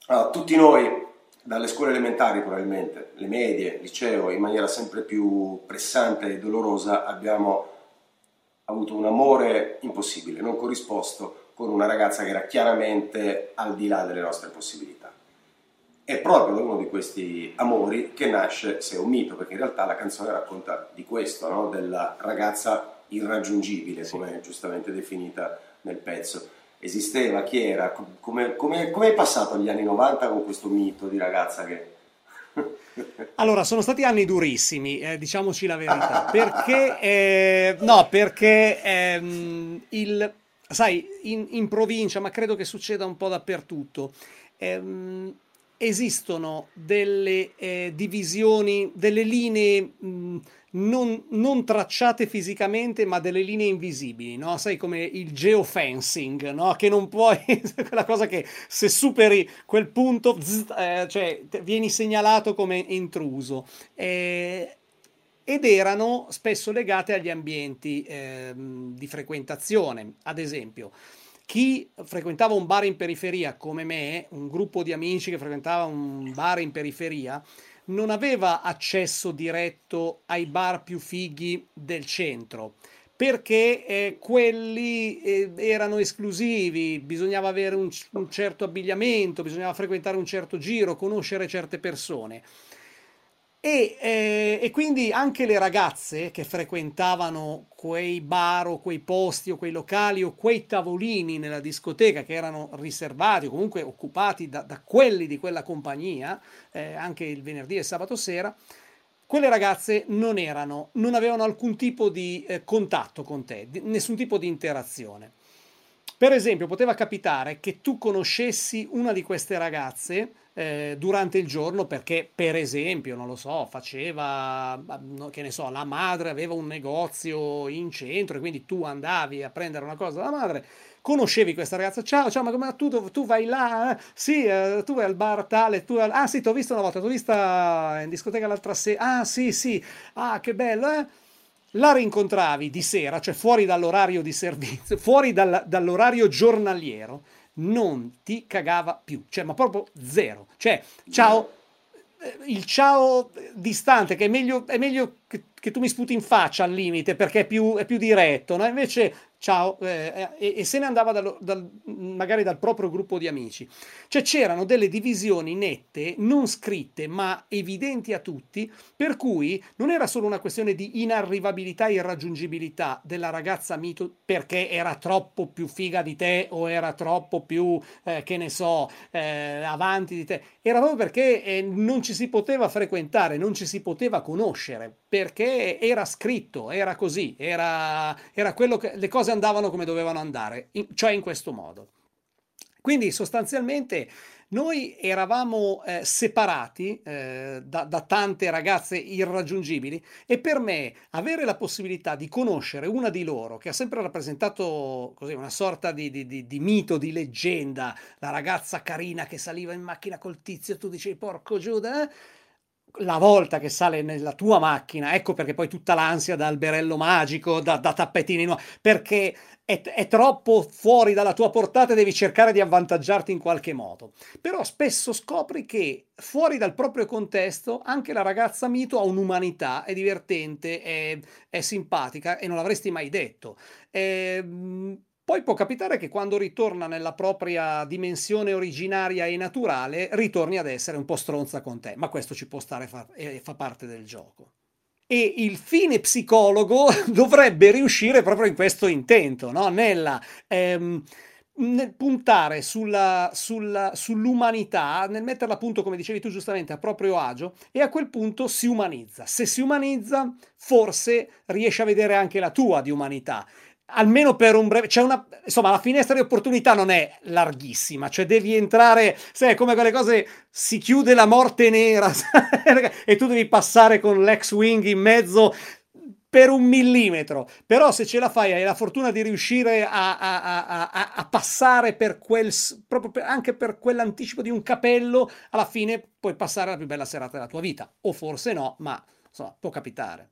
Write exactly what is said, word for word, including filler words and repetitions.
Allora, tutti noi, dalle scuole elementari probabilmente, le medie, liceo, in maniera sempre più pressante e dolorosa, abbiamo avuto un amore impossibile, non corrisposto, con una ragazza che era chiaramente al di là delle nostre possibilità. È proprio da uno di questi amori che nasce Se è un mito, perché in realtà la canzone racconta di questo, no? Della ragazza irraggiungibile, Sì. come è giustamente definita nel pezzo. Esisteva, chi era? Com- Come, come, come è passato gli anni novanta con questo mito di ragazza che... Allora, sono stati anni durissimi, eh, diciamoci la verità, perché, eh, no, perché ehm, il, sai, in, in provincia, ma credo che succeda un po' dappertutto, ehm, esistono delle eh, divisioni, delle linee mh, non, non tracciate fisicamente, ma delle linee invisibili, no? Sai, come il geofencing, no? Che non puoi, quella cosa che se superi quel punto, zzz, eh, cioè te- vieni segnalato come intruso. Eh, ed erano spesso legate agli ambienti ehm, di frequentazione. Ad esempio, chi frequentava un bar in periferia come me, un gruppo di amici che frequentava un bar in periferia, non aveva accesso diretto ai bar più fighi del centro perché eh, quelli eh, erano esclusivi, bisognava avere un, un certo abbigliamento, bisognava frequentare un certo giro, conoscere certe persone. E, eh, e quindi anche le ragazze che frequentavano quei bar o quei posti o quei locali o quei tavolini nella discoteca che erano riservati o comunque occupati da, da quelli di quella compagnia, eh, anche il venerdì e sabato sera, quelle ragazze non erano, non avevano alcun tipo di eh, contatto con te, di- nessun tipo di interazione. Per esempio, poteva capitare che tu conoscessi una di queste ragazze eh, durante il giorno perché, per esempio, non lo so, faceva, no, che ne so, la madre aveva un negozio in centro e quindi tu andavi a prendere una cosa dalla madre, conoscevi questa ragazza, ciao, ciao, ma come tu, tu vai là? Eh? Sì, eh, tu vai al bar tale, tu... Ah sì, ti ho visto una volta, ti ho vista in discoteca l'altra sera, ah sì, sì, ah che bello, eh? La rincontravi di sera, cioè fuori dall'orario di servizio, fuori dal- dall'orario giornaliero, non ti cagava più, cioè, ma proprio zero. Cioè, Zero. ciao, eh, il ciao distante, che è meglio, è meglio che, che tu mi sputi in faccia al limite, perché è più, è più diretto, no? Invece, ciao, eh, e, e se ne andava dallo- dal- magari dal proprio gruppo di amici. Cioè, c'erano delle divisioni nette, non scritte, ma evidenti a tutti, per cui non era solo una questione di inarrivabilità e irraggiungibilità della ragazza mito perché era troppo più figa di te o era troppo più, eh, che ne so, eh, avanti di te. Era proprio perché eh, non ci si poteva frequentare, non ci si poteva conoscere, perché era scritto, era così, era, era quello che le cose andavano come dovevano andare, in- cioè in questo modo. Quindi sostanzialmente noi eravamo eh, separati eh, da, da tante ragazze irraggiungibili e per me avere la possibilità di conoscere una di loro che ha sempre rappresentato così, una sorta di, di- di- di mito, di leggenda, la ragazza carina che saliva in macchina col tizio, tu dicevi porco Giuda, eh? La volta che sale nella tua macchina, ecco perché poi tutta l'ansia da alberello magico, da, da tappetini nuovi, perché è, è troppo fuori dalla tua portata e devi cercare di avvantaggiarti in qualche modo. Però spesso scopri che fuori dal proprio contesto anche la ragazza mito ha un'umanità, è divertente, è, è simpatica e non l'avresti mai detto. Ehm, poi può capitare che quando ritorna nella propria dimensione originaria e naturale, ritorni ad essere un po' stronza con te, ma questo ci può stare fa- e fa parte del gioco. E il fine psicologo dovrebbe riuscire proprio in questo intento, no? Nella, ehm, nel puntare sulla, sulla- sull'umanità, nel metterla appunto, come dicevi tu giustamente, a proprio agio e a quel punto si umanizza. Se si umanizza, forse riesci a vedere anche la tua di umanità. Almeno per un breve, c'è una, insomma, la finestra di opportunità non è larghissima, cioè devi entrare, sai, come quelle cose, si chiude la morte nera e tu devi passare con l'ex-wing in mezzo per un millimetro. Però se ce la fai, hai la fortuna di riuscire a, a- a- a- a passare per quel, proprio per- anche per quell'anticipo di un capello, alla fine puoi passare la più bella serata della tua vita. O forse no, ma insomma, può capitare.